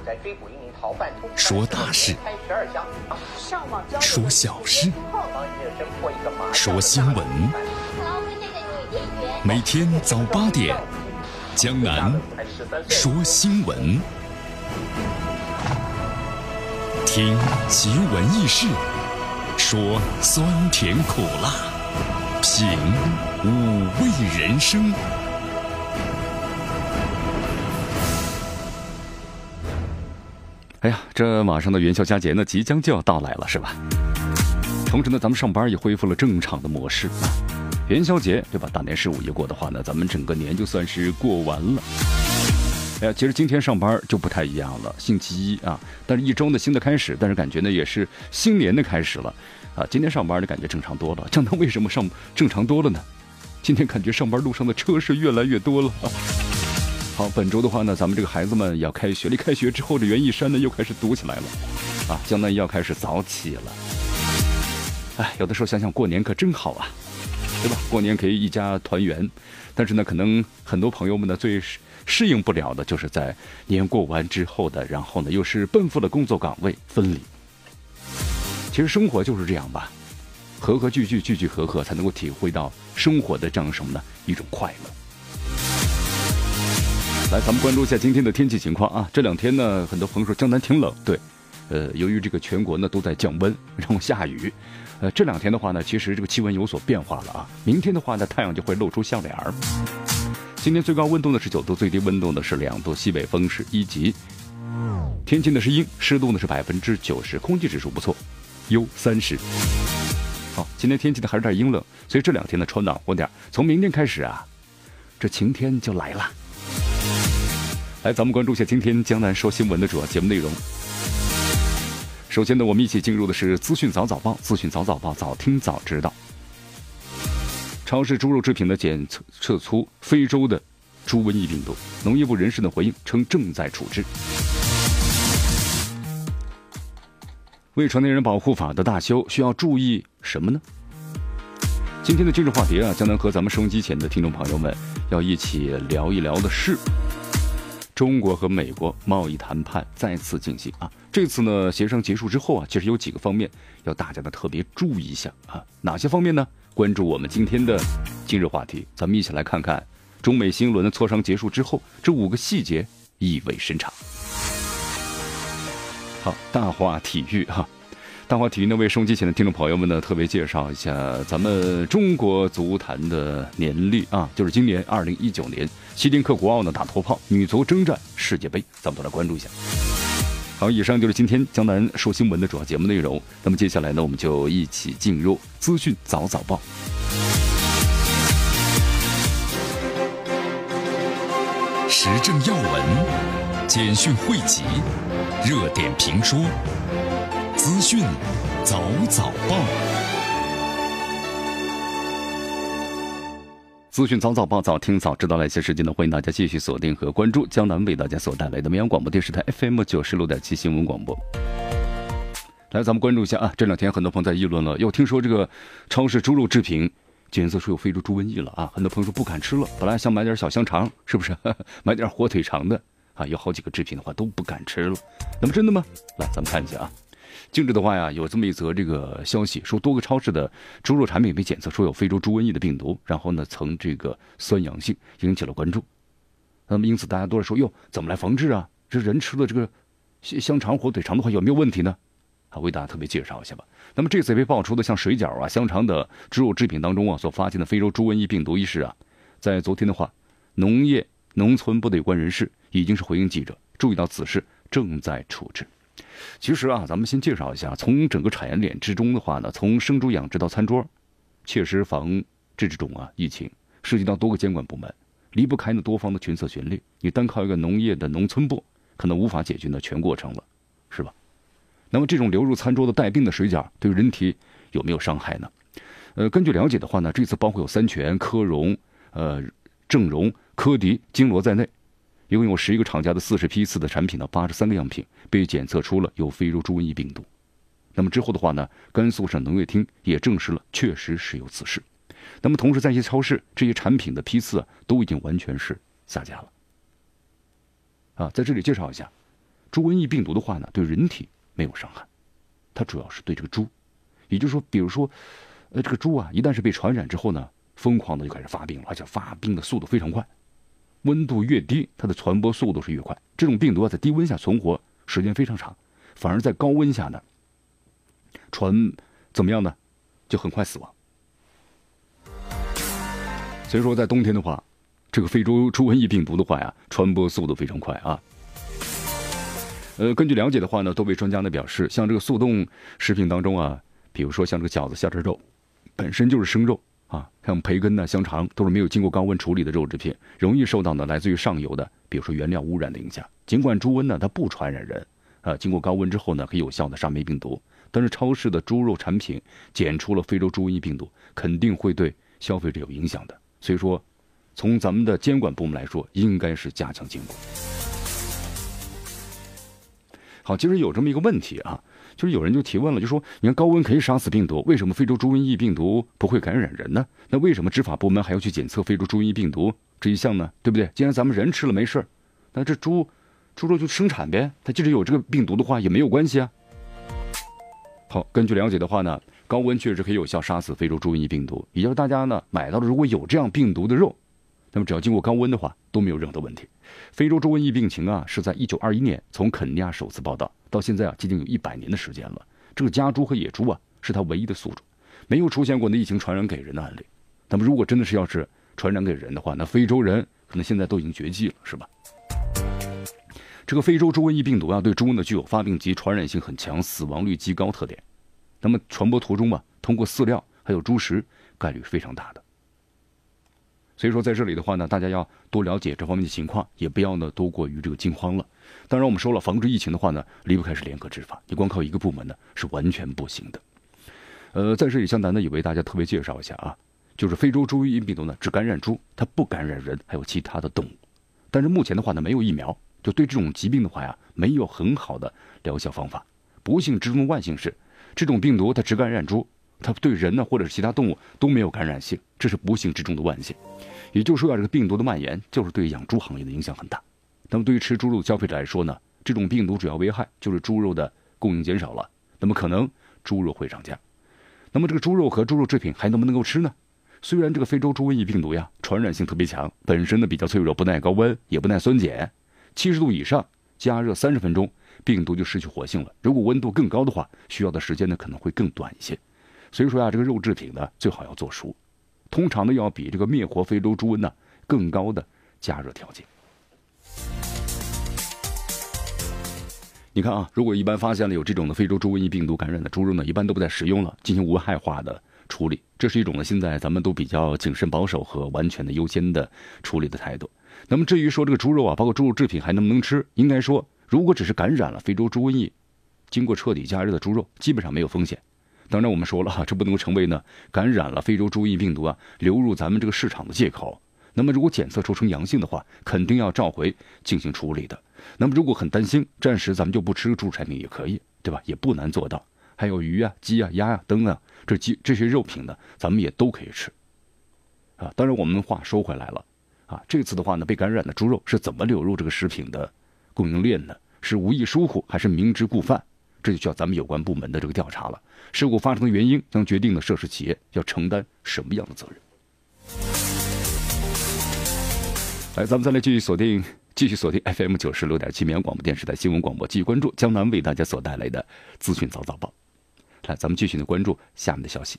说大事，说小事，说新闻。每天早8点，江南说新闻，听奇闻异事，说酸甜苦辣，品五味人生。哎呀，这马上的元宵佳节呢，即将就要到来了，是吧？同时呢，咱们上班也恢复了正常的模式啊。元宵节对吧？大年15一过的话呢，咱们整个年就算是过完了。哎呀，其实今天上班就不太一样了，星期一啊，但是一周的新的开始，但是感觉呢也是新年的开始了啊。今天上班的感觉正常多了，江南为什么正常多了呢？今天感觉上班路上的车是越来越多了啊。好，本周的话呢，咱们这个孩子们要开学，离开学之后的园艺山呢又开始堵起来了，啊，江南要开始早起了。哎，有的时候想想过年可真好啊，对吧？过年可以一家团圆，但是呢，可能很多朋友们呢最适应不了的就是在年过完之后的，然后呢又是奔赴了工作岗位分离。其实生活就是这样吧，和和聚聚，聚聚和和，才能够体会到生活的这样什么呢？一种快乐。来，咱们关注一下今天的天气情况啊。这两天呢，很多朋友说江南挺冷，对，由于这个全国呢都在降温，然后下雨，这两天的话呢，其实这个气温有所变化了啊。明天的话呢，太阳就会露出笑脸儿。今天最高温度呢是9度，最低温度呢是2度，西北风是1级，天气呢是阴，湿度呢是90%，空气指数不错，优30。好，今天天气呢还是有点阴冷，所以这两天呢穿暖和点。从明天开始啊，这晴天就来了。来，咱们关注一下今天江南说新闻的主要节目内容。首先呢，我们一起进入的是资讯早早报，资讯早早报，早听早知道。超市猪肉制品的检测出非洲的猪瘟疫病毒，农业部人士的回应称正在处置。未成年人保护法的大修需要注意什么呢？今天的今日话题啊，江南和咱们收音机前的听众朋友们要一起聊一聊的是中国和美国贸易谈判再次进行啊。这次呢，协商结束之后啊，其实有几个方面要大家呢特别注意一下啊。哪些方面呢？关注我们今天的今日话题，咱们一起来看看中美新一轮的磋商结束之后，这5个细节意味深长。好，大话体育哈。大话体育呢，为收音机前的听众朋友们呢，特别介绍一下咱们中国足坛的年历啊，就是今年2019年希丁克国奥呢打头炮，女足征战世界杯，咱们都来关注一下。好，以上就是今天江南说新闻的主要节目内容。那么接下来呢，我们就一起进入资讯早早报。时政要闻、简讯汇集、热点评说。资讯早早报，资讯早早报，早听早知道。来些时间呢，欢迎大家继续锁定和关注江南为大家所带来的绵阳广播电视台 FM 96.7新闻广播。来，咱们关注一下啊，这两天很多朋友在议论了，又听说这个超市猪肉制品检测出有非洲猪瘟疫了啊，很多朋友说不敢吃了，本来想买点小香肠，是不是买点火腿肠的啊，有好几个制品的话都不敢吃了。那么真的吗？来，咱们看一下啊。近日的话呀，有这么一则这个消息，说多个超市的猪肉产品被检测出有非洲猪瘟疫的病毒，然后呢呈这个酸阳性，引起了关注。那么因此大家都在说，哟，怎么来防治啊？这人吃了这个香肠、火腿肠的话有没有问题呢？啊，为大家特别介绍一下吧。那么这次被爆出的像水饺啊、香肠的猪肉制品当中啊，所发现的非洲猪瘟疫病毒一事啊，在昨天的话，农业农村部的有关人士已经是回应记者，注意到此事正在处置。其实啊，咱们先介绍一下，从整个产业链之中的话呢，从生猪养殖到餐桌，切实防治这种疫情，涉及到多个监管部门，离不开呢多方的群策群力。你单靠一个农业的农村部，可能无法解决呢全过程了，是吧？那么这种流入餐桌的带病的水饺，对人体有没有伤害呢？根据了解的话呢，这次包括有三全、科荣、正荣、科迪、金罗在内，一共有11个厂家的40批次的产品呢，83个样品被检测出了有非洲猪瘟疫病毒。那么之后的话呢，甘肃省农业厅也证实了确实是有此事。那么同时在一些超市，这些产品的批次都已经完全是下架了。在这里介绍一下， 猪瘟疫病毒的话呢，对人体没有伤害，它主要是对这个猪，也就是说，比如说，这个猪啊，一旦是被传染之后呢，疯狂的就开始发病了，而且发病的速度非常快，温度越低，它的传播速度是越快。这种病毒啊，在低温下存活时间非常长，反而在高温下呢，怎么样呢，就很快死亡。所以说，在冬天的话，这个非洲猪瘟疫病毒的话呀，传播速度非常快啊。根据了解的话呢，多位专家呢表示，像这个速冻食品当中啊，比如说像这个饺子、馅肉，本身就是生肉啊，像培根呢、香肠都是没有经过高温处理的肉制品，容易受到呢来自于上游的，比如说原料污染的影响。尽管猪瘟呢它不传染人，经过高温之后呢可以有效的杀灭病毒，但是超市的猪肉产品检出了非洲猪瘟疫病毒，肯定会对消费者有影响的。所以说，从咱们的监管部门来说，应该是加强监管。好，其实有这么一个问题啊，就是有人就提问了，就说你看高温可以杀死病毒，为什么非洲猪瘟疫病毒不会感染人呢？那为什么执法部门还要去检测非洲猪瘟疫病毒这一项呢？对不对？既然咱们人吃了没事，那这猪肉就生产呗，它即使有这个病毒的话也没有关系啊。好，根据了解的话呢，高温确实可以有效杀死非洲猪瘟疫病毒，也就是大家呢买到了如果有这样病毒的肉，那么只要经过高温的话都没有任何问题。非洲猪瘟疫病情啊是在1921年从肯尼亚首次报道，到现在啊接近有100年的时间了。这个家猪和野猪啊是它唯一的宿主，没有出现过的疫情传染给人的案例。那么如果真的是要是传染给人的话，那非洲人可能现在都已经绝迹了，是吧？这个非洲猪瘟疫病毒啊，对猪呢具有发病及传染性很强、死亡率极高特点。那么传播途中啊，通过饲料还有猪食，概率是非常大的。所以说在这里的话呢，大家要多了解这方面的情况，也不要呢多过于这个惊慌了。当然我们说了，防治疫情的话呢，离不开是联合执法，你光靠一个部门呢是完全不行的。在这里江南呢也为大家特别介绍一下啊，就是非洲猪瘟疫病毒呢只感染猪，它不感染人，还有其他的动物。但是目前的话呢没有疫苗，就对这种疾病的话呀没有很好的疗效方法。不幸之中的万幸是，这种病毒它只感染猪，它对人呢或者是其他动物都没有感染性，这是不幸之中的万幸。也就是说这个病毒的蔓延就是对养猪行业的影响很大。那么对于吃猪肉的消费者来说呢，这种病毒主要危害就是猪肉的供应减少了，那么可能猪肉会涨价。那么这个猪肉和猪肉制品还能不能够吃呢？虽然这个非洲猪瘟疫病毒呀传染性特别强，本身呢比较脆弱，不耐高温也不耐酸碱，70度以上加热30分钟病毒就失去活性了，如果温度更高的话，需要的时间呢可能会更短一些。所以说呀，这个肉制品呢最好要做熟，通常呢要比这个灭活非洲猪瘟呢更高的加热条件。你看啊，如果一般发现了有这种的非洲猪瘟疫病毒感染的猪肉呢，一般都不再食用了，进行无害化的处理，这是一种呢现在咱们都比较谨慎保守和完全的优先的处理的态度。那么至于说这个猪肉啊，包括猪肉制品还能不能吃，应该说如果只是感染了非洲猪瘟疫，经过彻底加热的猪肉基本上没有风险。当然我们说了，这不能够成为呢感染了非洲猪瘟疫病毒啊流入咱们这个市场的借口。那么如果检测出呈阳性的话，肯定要召回进行处理的。那么如果很担心，暂时咱们就不吃猪肉产品也可以，对吧？也不难做到。还有鱼啊、鸡啊、鸭啊等等，这些肉品呢，咱们也都可以吃啊。当然我们话说回来了啊，这次的话呢，被感染的猪肉是怎么流入这个食品的供应链的？是无意疏忽还是明知故犯？这就需要咱们有关部门的这个调查了。事故发生的原因将决定了涉事企业要承担什么样的责任。来，咱们再来继续锁定 FM 96.7绵阳广播电视台新闻广播，继续关注江南为大家所带来的资讯早报。来，咱们继续的关注下面的消息。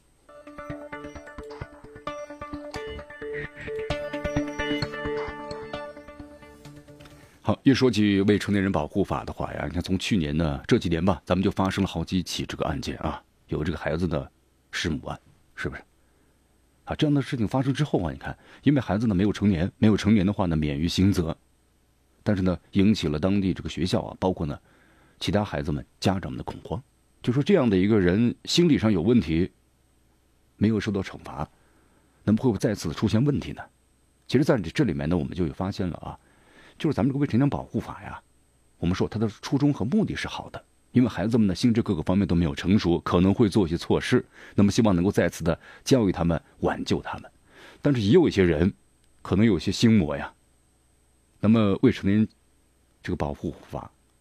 好，一说起未成年人保护法的话呀，你看从去年呢这几年吧，咱们就发生了好几起这个案件啊，有这个孩子的弑母案，是不是？啊，这样的事情发生之后啊，你看，因为孩子呢没有成年的话呢免于刑责，但是呢引起了当地这个学校啊，包括呢其他孩子们家长们的恐慌，就说这样的一个人心理上有问题，没有受到惩罚，那么会不会再次出现问题呢？其实在这里面呢，我们就有发现了啊，就是咱们这个未成年保护法呀，我们说它的初衷和目的是好的。因为孩子们的心智各个方面都没有成熟，可能会做一些错事，那么希望能够再次的教育他们，挽救他们。但是也有一些人可能有些心魔呀，那么未成年这个保护法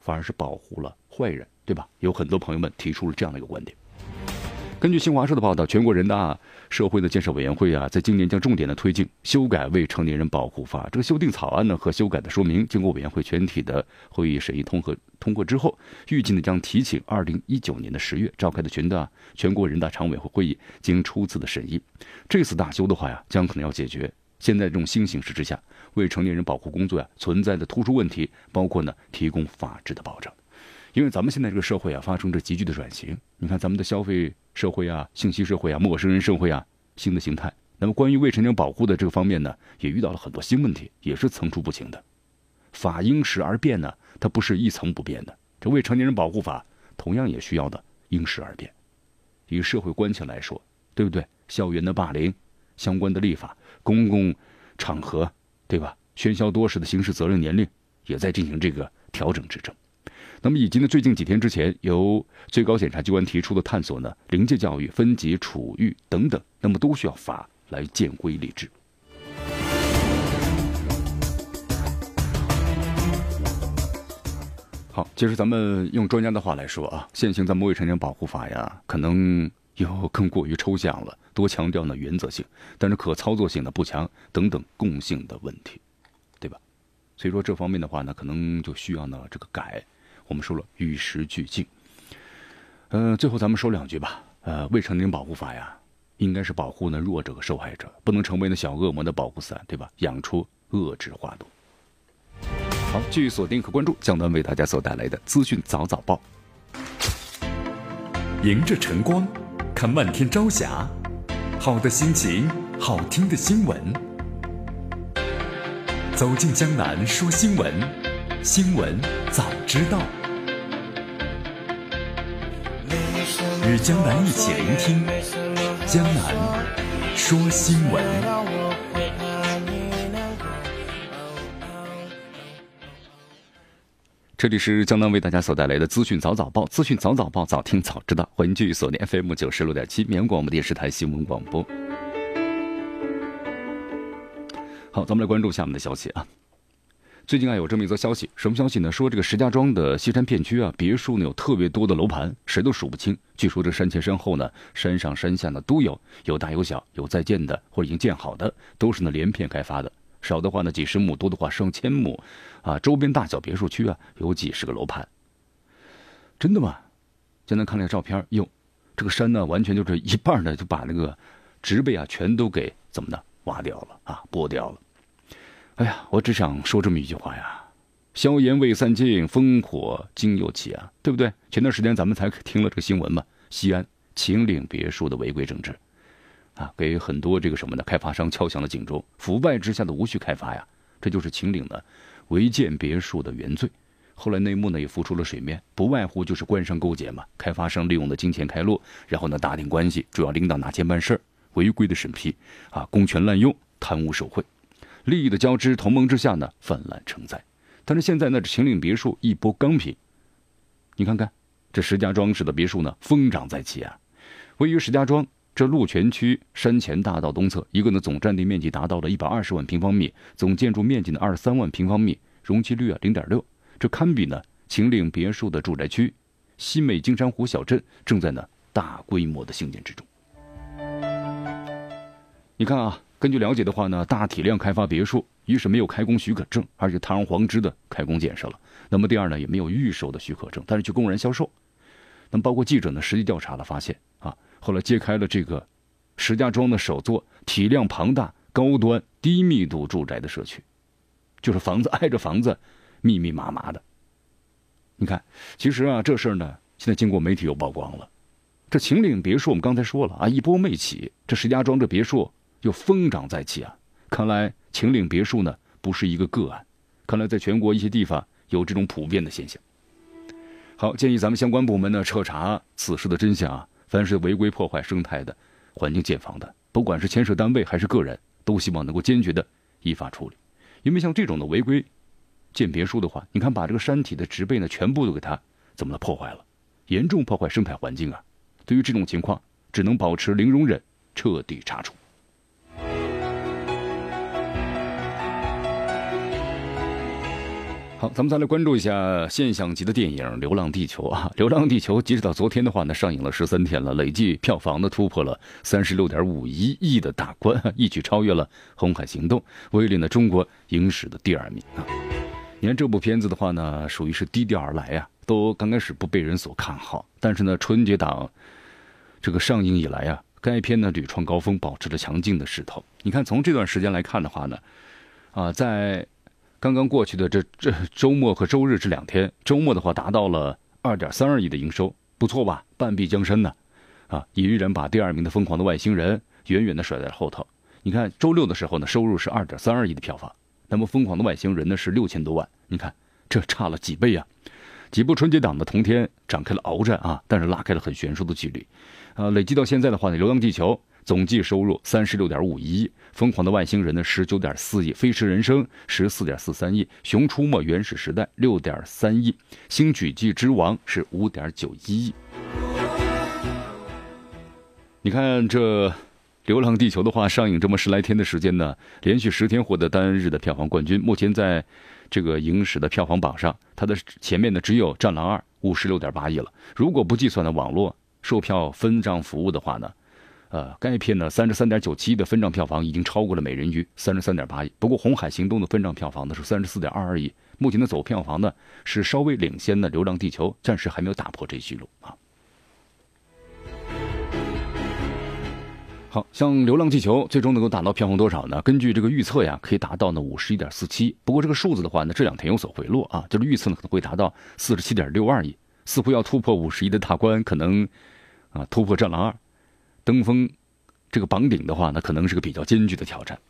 反而是保护了坏人，对吧？有很多朋友们提出了这样的一个观点。根据新华社的报道，全国人大社会的建设委员会在今年将重点的推进修改未成年人保护法。这个修订草案呢和修改的说明，经过委员会全体的会议审议通过之后，预计呢将提请2019年的10月召开的全国人大常委会会议经初次的审议。这次大修的话将可能要解决现在这种新形势之下未成年人保护工作存在的突出问题，包括呢提供法治的保障。因为咱们现在这个社会发生着急剧的转型，你看咱们的消费社会信息社会陌生人社会新的形态。那么关于未成年人保护的这个方面呢，也遇到了很多新问题，也是层出不穷的。法因时而变呢，它不是一层不变的。这未成年人保护法同样也需要的因时而变。以社会关切来说，对不对？校园的霸凌相关的立法，公共场合，对吧？喧嚣多时的刑事责任年龄也在进行这个调整之中。那么以及呢，最近几天之前由最高检察机关提出的探索呢，临界教育、分级处遇等等，那么都需要法来建规立制。好，其实咱们用专家的话来说现行咱们未成年人保护法可能又更过于抽象了，多强调呢原则性，但是可操作性的不强等等共性的问题，对吧？所以说这方面的话呢，可能就需要呢这个改。我们说了与时俱进。最后咱们说两句吧。未成年人保护法应该是保护呢弱者和受害者，不能成为呢小恶魔的保护伞，对吧？养出恶之花朵。好，继续锁定和关注江南为大家所带来的资讯早早报。 迎着晨光，看漫天朝霞，好的心情，好听的新闻。走进江南说新闻，新闻早知道。与江南一起聆听江南说新闻。 这里是江南为大家所带来的资讯早早报，资讯早早报，早听早知道。欢迎继续锁定 FM 96.7绵阳广播电视台新闻广播。好，咱们来关注下面的消息最近有这么一则消息，什么消息呢？说这个石家庄的西山片区别墅呢有特别多的楼盘，谁都数不清。据说这山前山后呢，山上山下呢都有，有大有小，有在建的或者已经建好的，都是呢连片开发的。少的话呢几十亩，多的话上千亩周边大小别墅区有几十个楼盘。真的吗？现在看了照片，这个山呢完全就是一半呢就把那个植被全都给怎么的挖掉了剥掉了。哎呀，我只想说这么一句话硝烟未散尽，烽火今又起对不对？前段时间咱们才听了这个新闻嘛，西安秦岭别墅的违规整治给很多这个什么的开发商敲响了警钟，腐败之下的无序开发这就是秦岭的违建别墅的原罪。后来内幕呢也浮出了水面，不外乎就是官商勾结嘛，开发商利用的金钱开路，然后呢打点关系，主要领导拿钱办事，违规的审批公权滥用，贪污受贿，利益的交织，同盟之下呢泛滥成灾。但是现在呢，这秦岭别墅一波刚平，你看看这石家庄市的别墅呢疯长在起位于石家庄这鹿泉区山前大道东侧，一个呢总占地面积达到了120万平方米，总建筑面积呢23万平方米，容积率0.6%，这堪比呢秦岭别墅的住宅区。西美金山湖小镇正在呢大规模的兴建之中。你看根据了解的话呢，大体量开发别墅，一是没有开工许可证，而且堂而皇之的开工建设了。那么第二呢，也没有预售的许可证，但是去公然销售。那么包括记者呢实际调查了，发现后来揭开了这个石家庄的首座体量庞大、高端、低密度住宅的社区，就是房子挨着房子，密密麻麻的。你看，其实这事儿呢，现在经过媒体又曝光了。这秦岭别墅我们刚才说了一波未起，这石家庄这别墅又疯长在起看来秦岭别墅呢不是一个个案，看来在全国一些地方有这种普遍的现象。好，建议咱们相关部门呢彻查此事的真相凡是违规破坏生态的环境建房的，不管是牵涉单位还是个人，都希望能够坚决的依法处理。因为像这种的违规建别墅的话，你看把这个山体的植被呢全部都给它怎么了破坏了，严重破坏生态环境对于这种情况只能保持零容忍，彻底查处。好， 好，咱们再来关注一下现象级的电影《流浪地球》啊，《流浪地球》截止到昨天的话呢，上映了13天了，累计票房呢突破了36.51亿的大关，一举超越了《红海行动》，位列呢中国影史的第2名啊。你看这部片子的话呢，属于是低调而来啊，都刚开始不被人所看好，但是呢，春节档这个上映以来啊，该片呢屡创高峰，保持着强劲的势头。你看从这段时间来看的话呢，在刚刚过去的这周末和周日这2天，周末的话达到了2.32亿的营收，不错吧？半壁江山呢，依然把第2名的《疯狂的外星人》远远的甩在后头。你看周六的时候呢，收入是2.32亿的票房，那么《疯狂的外星人》呢是6000多万，你看这差了几倍啊！几部春节档的同天展开了鏖战啊，但是拉开了很悬殊的距离。累计到现在的话呢，《流浪地球》总计收入36.51亿，《疯狂的外星人》呢19.4亿，《飞驰人生》14.43亿，《熊出没原始时代》6.3亿，《新喜剧之王》是5.91亿。你看这《流浪地球》的话，上映这么10来天的时间呢，连续10天获得单日的票房冠军。目前在这个影史的票房榜上，它的前面呢只有《战狼2》56.8亿了。如果不计算的网络售票分账服务的话呢，该片呢33.97亿的分账票房已经超过了《美人鱼》33.8亿。不过《红海行动》的分账票房呢是34.22亿，目前的总票房呢是稍微领先的《流浪地球》，暂时还没有打破这记录啊。好像《流浪地球》最终能够达到票房多少呢？根据这个预测呀，可以达到呢51.47。不过这个数字的话呢，这2天有所回落啊，就是预测呢可能会达到47.62亿，似乎要突破50亿的大关，可能突破《战狼2》，登峰这个榜顶的话呢，可能是个比较艰巨的挑战。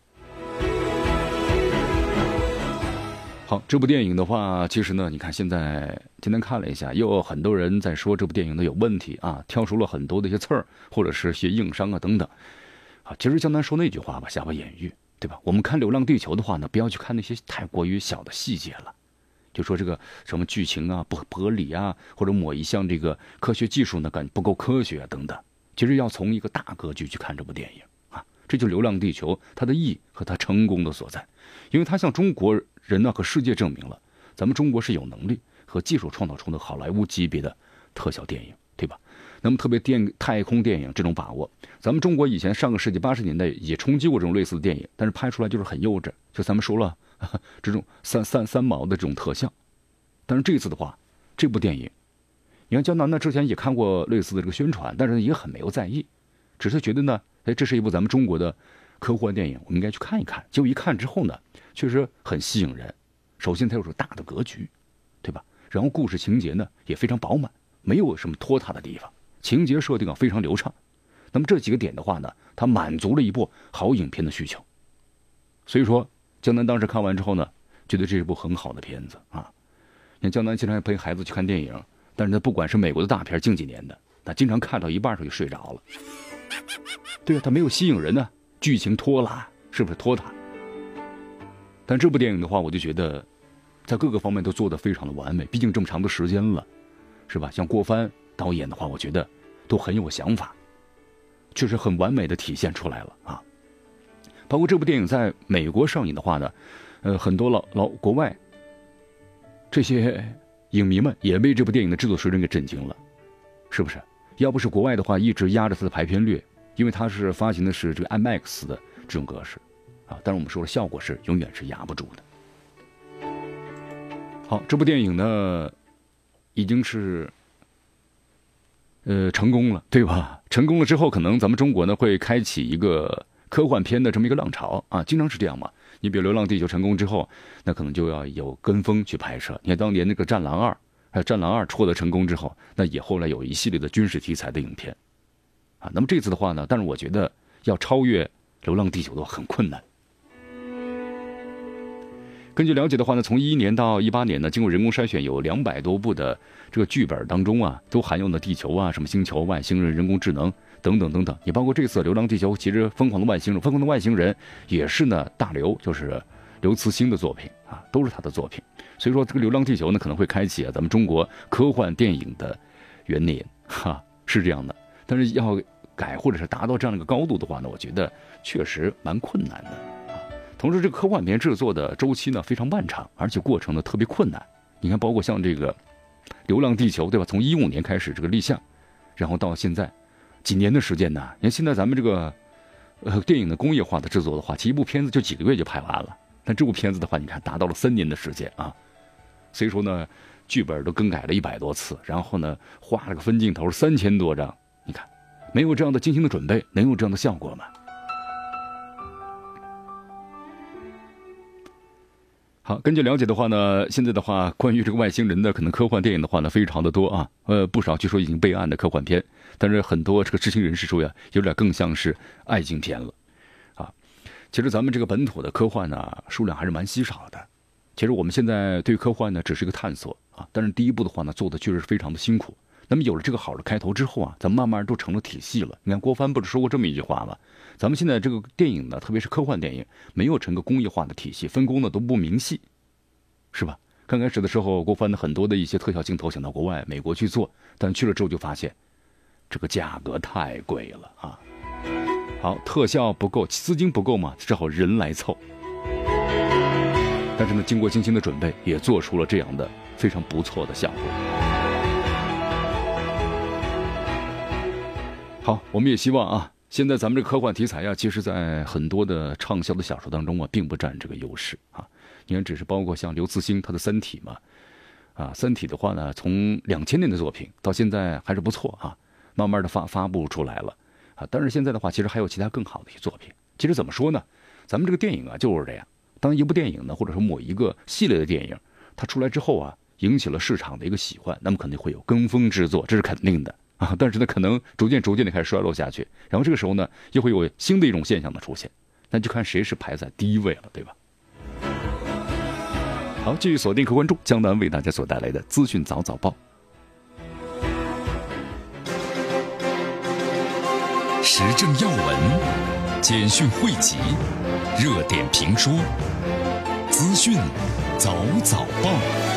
好，这部电影的话，其实呢，你看今天看了一下，又有很多人在说这部电影呢有问题啊，挑出了很多的一些刺儿，或者是些硬伤啊等等。其实江南说那句话吧，瑕不掩瑜，对吧？我们看《流浪地球》的话呢，不要去看那些太过于小的细节了，就说这个什么剧情啊不合理啊，或者某一项这个科学技术呢感不够科学啊等等。其实要从一个大格局去看这部电影啊，这就是《流浪地球》它的意义和它成功的所在，因为它向中国人呢和世界证明了咱们中国是有能力和技术创造出的好莱坞级别的特效电影，对吧？那么特别太空电影这种把握，咱们中国以前上个世纪80年代也冲击过这种类似的电影，但是拍出来就是很幼稚，就咱们说了这种三毛的这种特效。但是这次的话，这部电影你看江南呢之前也看过类似的这个宣传，但是也很没有在意，只是觉得呢这是一部咱们中国的科幻电影，我们应该去看一看。结果一看之后呢，确实很吸引人。首先它有大的格局，对吧？然后故事情节呢也非常饱满，没有什么拖沓的地方，情节设定非常流畅。那么这几个点的话呢，它满足了一部好影片的需求。所以说江南当时看完之后呢，觉得这是一部很好的片子啊。你看江南经常陪孩子去看电影，但是他不管是美国的大片近几年的，他经常看到一半就睡着了。对啊，他没有吸引人呢，剧情拖拉，是不是拖沓？但这部电影的话，我就觉得在各个方面都做得非常的完美，毕竟这么长的时间了，是吧？像郭帆导演的话，我觉得都很有想法，确实很完美的体现出来了啊。包括这部电影在美国上映的话呢，很多国外这些影迷们也被这部电影的制作水准给震惊了，是不是？要不是国外的话一直压着它的排片率，因为它是发行的是这个 IMAX 的这种格式啊，但是我们说了，效果是永远是压不住的。好，这部电影呢已经是成功了，对吧？成功了之后，可能咱们中国呢会开启一个科幻片的这么一个浪潮啊，经常是这样嘛。你比如《流浪地球》成功之后，那可能就要有跟风去拍摄。你看当年那个《战狼2》，还有《战狼2》获得成功之后，那也后来有一系列的军事题材的影片啊。那么这次的话呢，但是我觉得要超越《流浪地球》的话很困难。根据了解的话呢，从2011年到2018年呢，经过人工筛选，有200多部的这个剧本当中啊，都含有了地球啊、什么星球、外星人、人工智能等等等等。也包括这次《流浪地球》，其实《疯狂的外星人》也是呢大刘，就是刘慈欣的作品啊，都是他的作品。所以说这个《流浪地球》呢，可能会开启咱们中国科幻电影的元年，是这样的。但是要改或者是达到这样的一个高度的话呢，我觉得确实蛮困难的。同同时这个科幻片制作的周期呢非常漫长，而且过程呢特别困难。你看包括像这个流浪地球，对吧，从15年开始这个立项，然后到现在几年的时间呢，你看现在咱们这个电影的工业化的制作的话，其实一部片子就几个月就拍完了，但这部片子的话你看达到了3年的时间啊。所以说呢剧本都更改了100多次，然后呢画了个分镜头3000多张，你看没有这样的精心的准备，能有这样的效果吗？好，根据了解的话呢，现在的话关于这个外星人的可能科幻电影的话呢非常的多啊，不少据说已经备案的科幻片，但是很多这个知情人士说呀，有点更像是爱情片了啊。其实咱们这个本土的科幻呢数量还是蛮稀少的。其实我们现在对科幻呢只是一个探索啊，但是第一步的话呢做的确实是非常的辛苦。那么有了这个好的开头之后啊，咱们慢慢都成了体系了。你看郭帆不是说过这么一句话吗？咱们现在这个电影呢，特别是科幻电影，没有成个工业化的体系，分工呢都不明细，是吧？刚开始的时候，郭帆的很多的一些特效镜头想到国外美国去做，但去了之后就发现这个价格太贵了啊。好，特效不够，资金不够嘛，只好人来凑。但是呢，经过精心的准备，也做出了这样的非常不错的效果。好，我们也希望啊，现在咱们这个科幻题材啊，其实在很多的畅销的小说当中啊，并不占这个优势啊。你看，只是包括像刘慈欣他的《三体》嘛，啊，《三体》的话呢，从2000年的作品到现在还是不错啊，慢慢的发布出来了啊。但是现在的话，其实还有其他更好的一些作品。其实怎么说呢，咱们这个电影啊就是这样，当一部电影呢，或者说某一个系列的电影，它出来之后啊，引起了市场的一个喜欢，那么肯定会有跟风之作，这是肯定的啊。但是呢，可能逐渐的开始衰落下去，然后这个时候呢，又会有新的一种现象的出现，那就看谁是排在第一位了，对吧？好，继续锁定和关注江南为大家所带来的资讯早早报。 时政要闻、简讯汇集、热点评说、资讯早早报。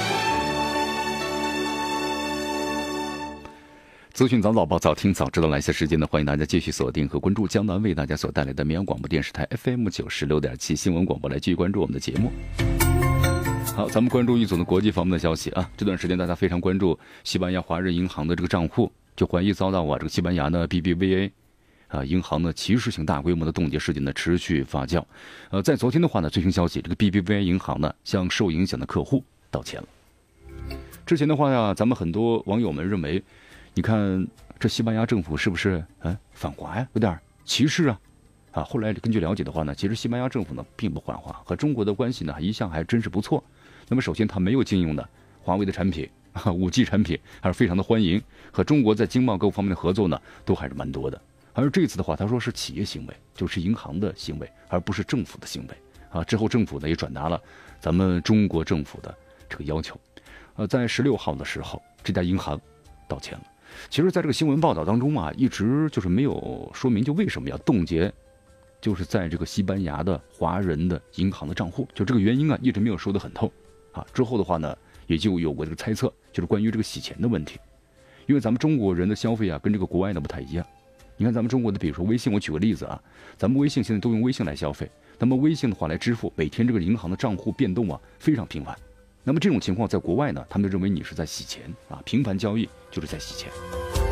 资讯早早报，早听早知道。来些时间呢，欢迎大家继续锁定和关注江南为大家所带来的绵阳广播电视台 FM96.7 新闻广播，来继续关注我们的节目。好，咱们关注一组的国际方面的消息啊。这段时间大家非常关注西班牙华人银行的这个账户，就怀疑遭到这个西班牙呢 BBVA 银行呢歧视性大规模的冻结事件呢持续发酵。在昨天的话呢，最新消息，这个 BBVA 银行呢向受影响的客户道歉了。之前的话呀，咱们很多网友们认为，你看这西班牙政府是不是反华呀，有点歧视啊？后来根据了解的话呢，其实西班牙政府呢并不反华，和中国的关系呢一向还真是不错。那么首先，它没有禁用的华为的产品，5G 产品还是非常的欢迎，和中国在经贸各方面的合作呢都还是蛮多的。而这次的话，他说是企业行为，就是银行的行为，而不是政府的行为啊。之后政府呢也转达了咱们中国政府的这个要求。在16号的时候，这家银行道歉了。其实在这个新闻报道当中啊，一直就是没有说明就为什么要冻结，就是在这个西班牙的华人的银行的账户，就这个原因啊，一直没有说得很透啊。之后的话呢，也就有过这个猜测，就是关于这个洗钱的问题。因为咱们中国人的消费啊，跟这个国外的不太一样。你看咱们中国的，比如说微信，我举个例子啊，咱们微信现在都用微信来消费，那么微信的话来支付，每天这个银行的账户变动啊非常频繁。那么这种情况在国外呢，他们就认为你是在洗钱啊，频繁交易就是在洗钱。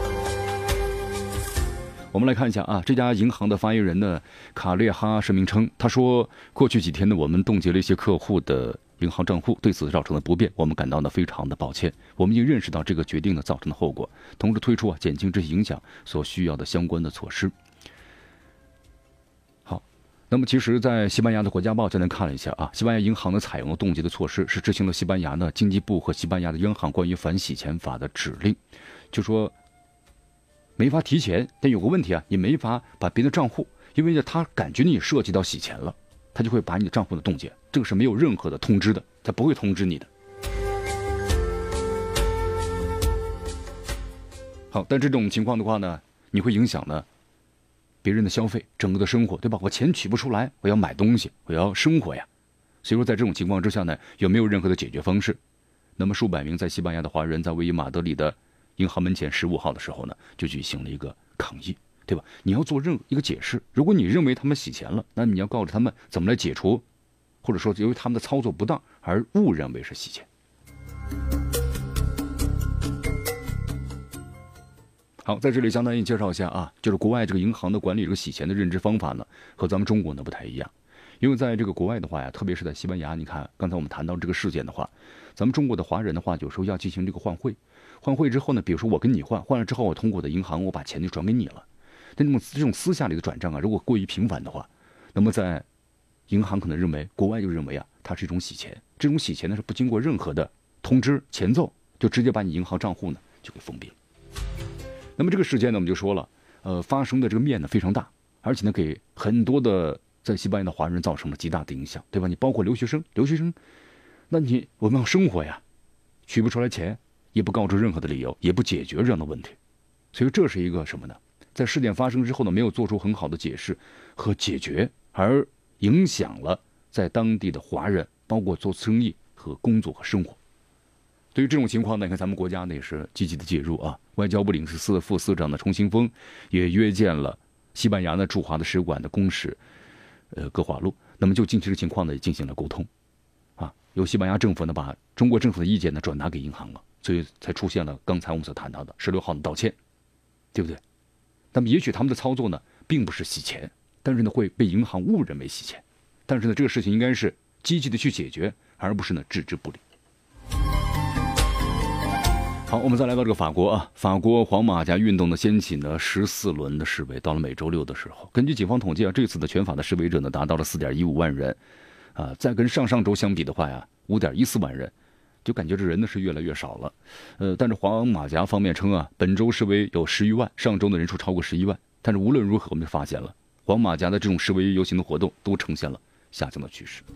我们来看一下啊，这家银行的发言人呢，卡列哈声明称，他说，过去几天呢，我们冻结了一些客户的银行账户，对此造成了不便，我们感到呢非常的抱歉。我们已经认识到这个决定呢造成的后果，同时推出减轻这些影响所需要的相关的措施。好，那么其实，在西班牙的国家报简单看了一下啊，西班牙银行呢采用了冻结的措施，是执行了西班牙呢经济部和西班牙的央行关于反洗钱法的指令，就说没法提钱，但有个问题啊，你没法把别人的账户，因为呢他感觉你涉及到洗钱了，他就会把你的账户的冻结，这个是没有任何的通知的，他不会通知你的。好，但这种情况的话呢，你会影响呢别人的消费，整个的生活，对吧？我钱取不出来，我要买东西，我要生活呀。所以说在这种情况之下呢，有没有任何的解决方式？那么数百名在西班牙的华人在位于马德里的银行门前15号的时候呢，就举行了一个抗议，对吧？你要做任何一个解释，如果你认为他们洗钱了，那你要告诉他们怎么来解除或者说由于他们的操作不当而误认为是洗钱。好，在这里相当于介绍一下啊，就是国外这个银行的管理这个洗钱的认知方法呢，和咱们中国呢不太一样。因为在这个国外的话呀，特别是在西班牙，你看刚才我们谈到这个事件的话，咱们中国的华人的话，有时候要进行这个换汇，换汇之后呢，比如说我跟你换了之后，我通过我的银行，我把钱就转给你了。但这种私下里的转账啊，如果过于频繁的话，那么在银行可能认为，国外就认为啊，它是一种洗钱。这种洗钱呢是不经过任何的通知前奏，就直接把你银行账户呢就给封闭了。那么这个事件呢，我们就说了，发生的这个面呢非常大，而且呢给很多的在西班牙的华人造成了极大的影响，对吧？你包括留学生，那我们要生活呀，取不出来钱，也不告知任何的理由，也不解决这样的问题，所以这是一个什么呢？在事件发生之后呢，没有做出很好的解释和解决，而影响了在当地的华人，包括做生意和工作和生活。对于这种情况呢，你看咱们国家呢也是积极的介入啊。外交部领事司的副司长的崇新峰也约见了西班牙的驻华的使馆的公使戈华路，那么就近期的情况呢也进行了沟通啊。由西班牙政府呢把中国政府的意见呢转达给银行了，所以才出现了刚才我们所谈到的16号的道歉，对不对？那么也许他们的操作呢并不是洗钱，但是呢会被银行误认为洗钱，但是呢这个事情应该是积极的去解决，而不是呢置之不理。好，我们再来到这个法国啊，法国黄马甲运动呢掀起了14轮的示威，到了每周6的时候，根据警方统计啊，这次的全法的示威者呢达到了4.15万人，啊，再跟上周相比的话呀，5.14万人，就感觉这人呢是越来越少了。但是黄马甲方面称啊，本周示威有10余万，上周的人数超过11万，但是无论如何，我们就发现了黄马甲的这种示威游行的活动都呈现了下降的趋势。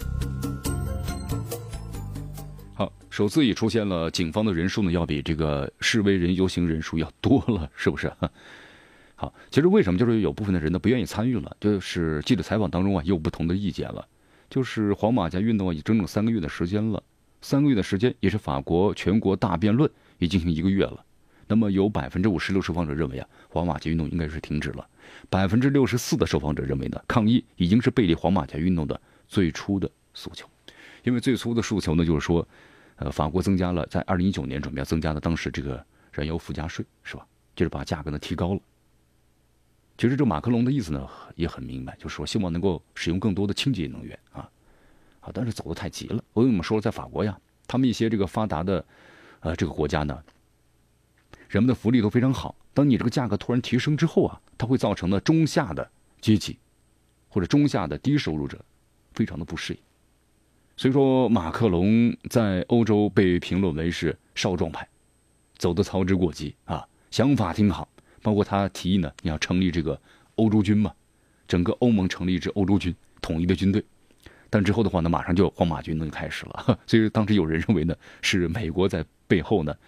好，首次也出现了警方的人数呢要比这个示威人游行人数要多了，是不是？好，其实为什么就是有部分的人呢不愿意参与了，就是记者采访当中啊也有不同的意见了。就是黄马甲运动已整整3个月的时间了，3个月的时间也是法国全国大辩论已进行1个月了。那么有56%受访者认为啊黄马甲运动应该是停止了，64%的受访者认为呢抗议已经是背离黄马甲运动的最初的诉求。因为最初的诉求呢，就是说，法国增加了在2019年准备要增加的当时这个燃油附加税，是吧？就是把价格呢提高了。其实这马克龙的意思呢也很明白，就是说希望能够使用更多的清洁能源啊，但是走得太急了。我跟你们说了，在法国呀，他们一些这个发达的这个国家呢，人们的福利都非常好。当你这个价格突然提升之后啊，它会造成呢中下的阶级或者中下的低收入者非常的不适应。所以说马克龙在欧洲被评论为是少壮派，走得操之过急啊，想法挺好，包括他提议呢你要成立这个欧洲军嘛，整个欧盟成立一支欧洲军，统一的军队。但之后的话呢，马上就黄马军就开始了，所以当时有人认为呢是美国在背后呢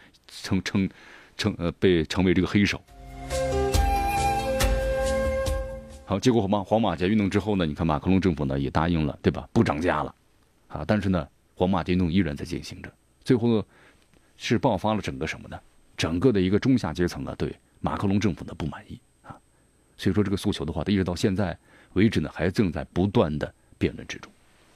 被成为这个黑手。好，结果黄马甲运动之后呢，你看马克龙政府呢也答应了，对吧？不涨价了啊，但是呢黄马甲运动依然在进行着，最后是爆发了整个什么呢？整个的一个中下阶层呢对马克龙政府的不满意啊，所以说这个诉求的话，一直到现在为止呢还正在不断的辩论之中。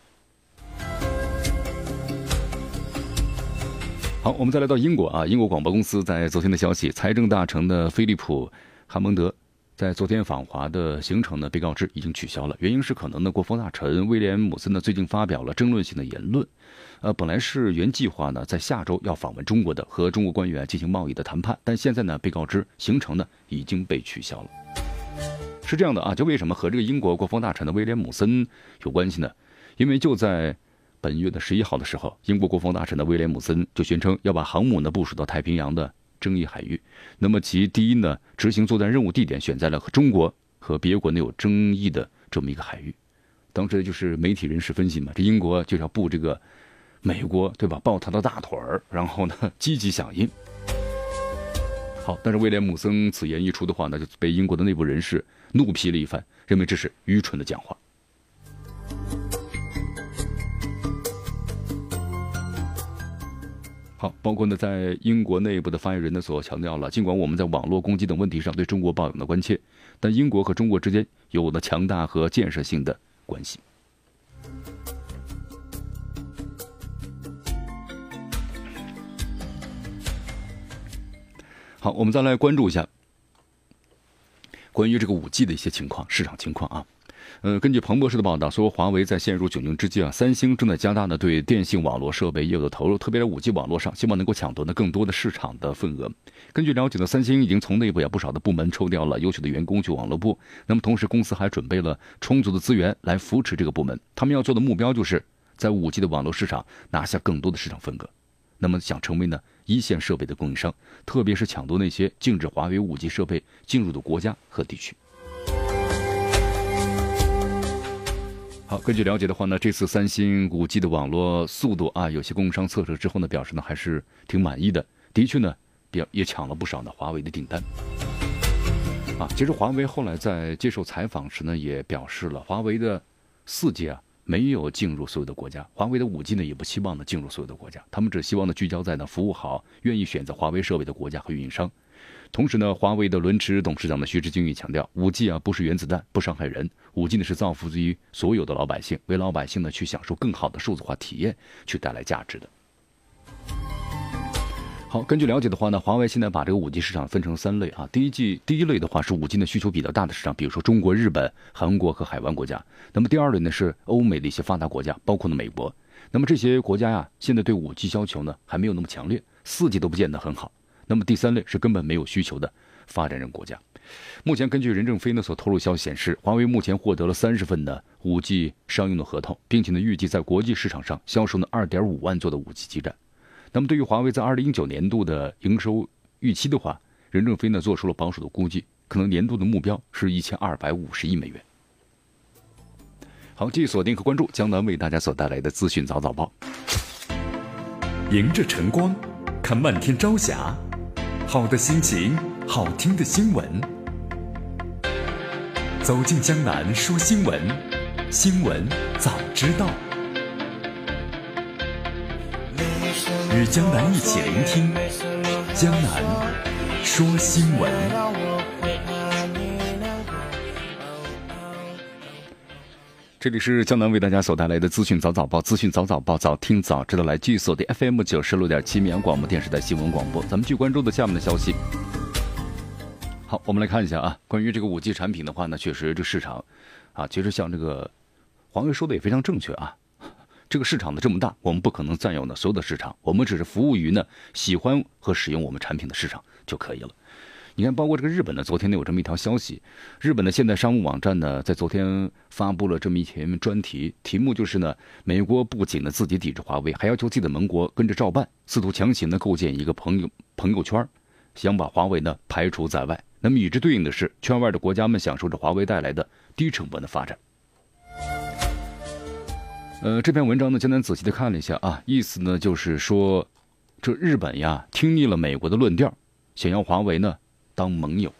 好，我们再来到英国啊，英国广播公司在昨天的消息，财政大臣的菲利普·哈蒙德在昨天访华的行程呢被告知已经取消了，原因是可能呢国防大臣威廉姆森呢最近发表了争论性的言论，本来是原计划呢在下周要访问中国的，和中国官员进行贸易的谈判，但现在呢被告知行程呢已经被取消了。是这样的啊，就为什么和这个英国国防大臣的威廉姆森有关系呢？因为就在本月的11号的时候，英国国防大臣的威廉姆森就宣称要把航母呢部署到太平洋的争议海域，那么其第一呢执行作战任务地点选在了和中国和别国呢有争议的这么一个海域。当时就是媒体人士分析嘛，这英国就要步这个美国，对吧，抱他的大腿儿，然后呢积极响应。好，但是威廉姆森此言一出的话呢，就被英国的内部人士怒批了一番，认为这是愚蠢的讲话。好，包括呢，在英国内部的发言人呢所强调了，尽管我们在网络攻击等问题上对中国抱有了关切，但英国和中国之间有了强大和建设性的关系。 好，我们再来关注一下关于这个5G 的一些情况，市场情况啊。根据彭博社的报道说，华为在陷入窘境之际啊，三星正在加大呢对电信网络设备业务的投入，特别在5G 网络上，希望能够抢夺呢更多的市场的份额。根据了解呢，三星已经从内部不少的部门抽调了优秀的员工去网络部，那么同时公司还准备了充足的资源来扶持这个部门。他们要做的目标就是在5G 的网络市场拿下更多的市场份额，那么想成为呢一线设备的供应商，特别是抢夺那些禁止华为5G 设备进入的国家和地区。好，根据了解的话呢，这次三星5G 的网络速度啊，有些供应商测试之后呢，表示呢还是挺满意的。的确呢，也抢了不少呢华为的订单。啊，其实华为后来在接受采访时呢，也表示了，华为的4G啊没有进入所有的国家，华为的5G呢也不希望呢进入所有的国家，他们只希望呢聚焦在呢服务好愿意选择华为设备的国家和运营商。同时呢，华为的轮值董事长的徐直敬也强调，5G 啊不是原子弹，不伤害人，5G 呢是造福于所有的老百姓，为老百姓呢去享受更好的数字化体验，去带来价值的。好，根据了解的话呢，华为现在把这个5G 市场分成3类啊。第一类的话是5G 的需求比较大的市场，比如说中国、日本、韩国和海湾国家。那么第2类呢是欧美的一些发达国家，包括呢美国。那么这些国家呀，现在对5G 要求呢还没有那么强烈，4G 都不见得很好。那么第3类是根本没有需求的发展中国家。目前根据任正非呢所透露消息显示，华为目前获得了30份的5G 商用的合同，并且呢预计在国际市场上销售呢2.5万座的5G 基站。那么对于华为在2019年度的营收预期的话，任正非呢做出了保守的估计，可能年度的目标是1250亿美元。好，继续锁定和关注江南为大家所带来的资讯早早报。 迎着晨光，看漫天朝霞，好的心情，好听的新闻。走进江南说新闻，新闻早知道。与江南一起聆听江南说新闻。 这里是江南为大家所带来的资讯早早报，资讯早早报，早听早知道，来继续锁定 FM 96.7绵阳广播电视台新闻广播。咱们去关注的下面的消息。好，我们来看一下啊，关于这个5G 产品的话呢，确实这市场啊，其实像这个华为说的也非常正确啊。这个市场的这么大，我们不可能占有呢所有的市场，我们只是服务于呢喜欢和使用我们产品的市场就可以了。你看，包括这个日本呢，昨天呢有这么一条消息，日本的现代商务网站呢在昨天发布了这么一篇专题，题目就是呢，美国不仅呢自己抵制华为，还要求自己的盟国跟着照办，试图强行呢构建一个朋友圈，想把华为呢排除在外。那么与之对应的是，圈外的国家们享受着华为带来的低成本的发展。这篇文章呢，简单仔细的看了一下啊，意思呢就是说，这日本呀听腻了美国的论调，想要华为呢当盟友。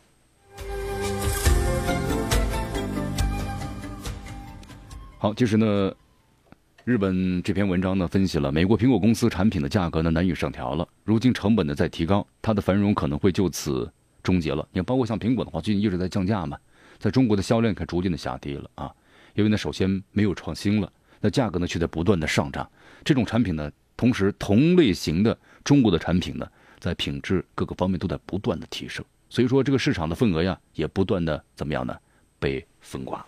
好，其实呢，日本这篇文章呢分析了美国苹果公司产品的价格呢难以上调了，如今成本呢在提高，它的繁荣可能会就此终结了。你看，包括像苹果的话，最近一直在降价嘛，在中国的销量可逐渐的下跌了啊，因为呢首先没有创新了。那价格呢却在不断的上涨，这种产品呢，同时同类型的中国的产品呢，在品质各个方面都在不断的提升，所以说这个市场的份额呀，也不断的怎么样呢，被分瓜了。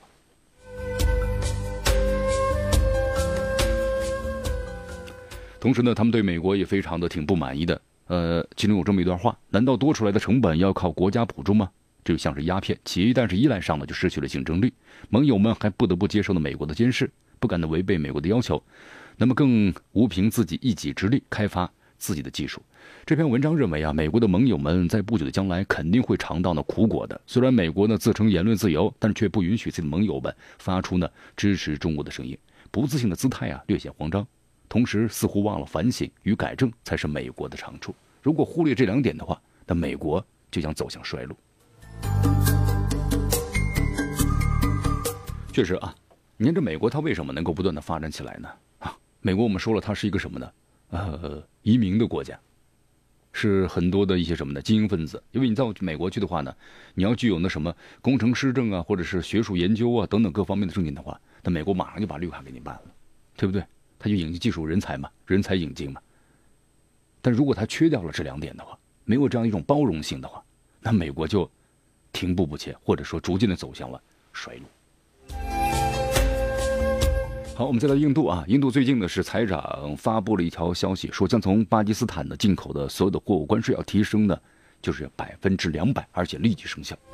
同时呢，他们对美国也非常的挺不满意的，其中有这么一段话：难道多出来的成本要靠国家补助吗？这就像是鸦片，企业一旦是依赖上了，就失去了竞争力，盟友们还不得不接受了美国的监视，不敢的违背美国的要求，那么更无凭自己一己之力开发自己的技术。这篇文章认为啊，美国的盟友们在不久的将来肯定会尝到呢苦果的。虽然美国呢自称言论自由，但是却不允许自己的盟友们发出呢支持中国的声音，不自信的姿态啊略显慌张，同时似乎忘了反省与改正才是美国的长处。如果忽略这2点的话，那美国就将走向衰落。确实啊，你看这美国它为什么能够不断的发展起来呢？啊，美国我们说了，它是一个什么呢？移民的国家，是很多的一些什么呢？精英分子。因为你到美国去的话呢，你要具有那什么工程师证啊，或者是学术研究啊等等各方面的证件的话，那美国马上就把绿卡给你办了，对不对？他就引进技术人才嘛，人才引进嘛。但如果他缺掉了这2点的话， 没有这样一种包容性的话，那美国就停步不前，或者说逐渐的走向了衰落。好，我们再来印度啊，印度最近呢是财长发布了一条消息，说将从巴基斯坦的进口的所有的货物关税要提升呢，就是200%，而且立即生效。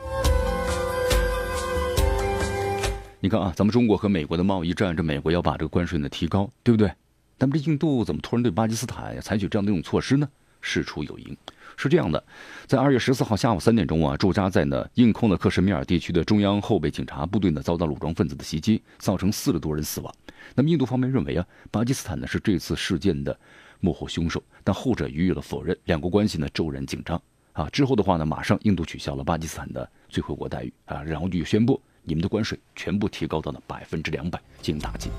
你看啊，咱们中国和美国的贸易战，这美国要把这个关税呢提高，对不对？那么这印度怎么突然对巴基斯坦采取这样的一种措施呢？事出有因，是这样的，在2月14号下午3点钟啊，驻扎在呢印控的克什米尔地区的中央后备警察部队呢遭到武装分子的袭击，造成40多人死亡。那么印度方面认为啊，巴基斯坦呢是这次事件的幕后凶手，但后者予以了否认，两国关系呢骤然紧张啊。之后的话呢，马上印度取消了巴基斯坦的最惠国待遇啊，然后就宣布你们的关税全部提高到了200%进行打击。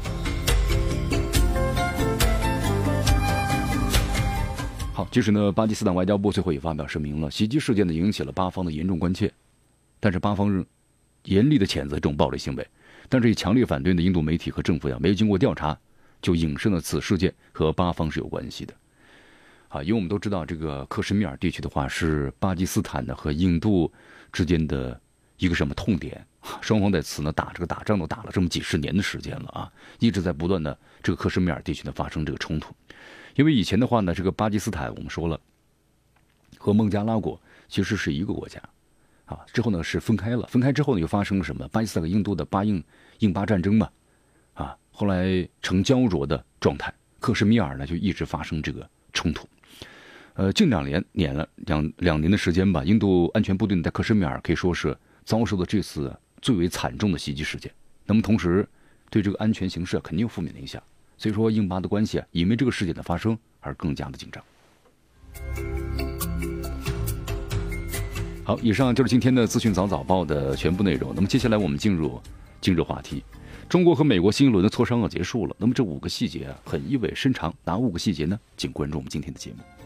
好，其实呢，巴基斯坦外交部最后也发表声明了，袭击事件呢引起了巴方的严重关切，但是巴方严厉的谴责这种暴力行为，但是以强烈反对的印度媒体和政府没有经过调查就引申了此事件和巴方是有关系的。啊，因为我们都知道这个克什米尔地区的话是巴基斯坦的和印度之间的一个什么痛点，双方在此呢打仗都打了这么几十年的时间了啊，一直在不断的这个克什米尔地区呢发生这个冲突。因为以前的话呢，这个巴基斯坦我们说了和孟加拉国其实是一个国家啊，之后呢是分开了，分开之后呢又发生了什么？巴基斯坦和印度的印巴战争嘛，啊，后来呈胶着的状态，克什米尔呢就一直发生这个冲突。近两年的时间吧，印度安全部队在克什米尔可以说是遭受了这次最为惨重的袭击事件。那么同时对这个安全形势肯定有负面的影响。所以说印巴的关系因为这个事件的发生而更加的紧张。好，以上就是今天的资讯早报的全部内容。那么接下来我们进入今日话题。中国和美国新一轮的磋商结束了，那么这5个细节很意味深长，哪5个细节呢？请关注我们今天的节目。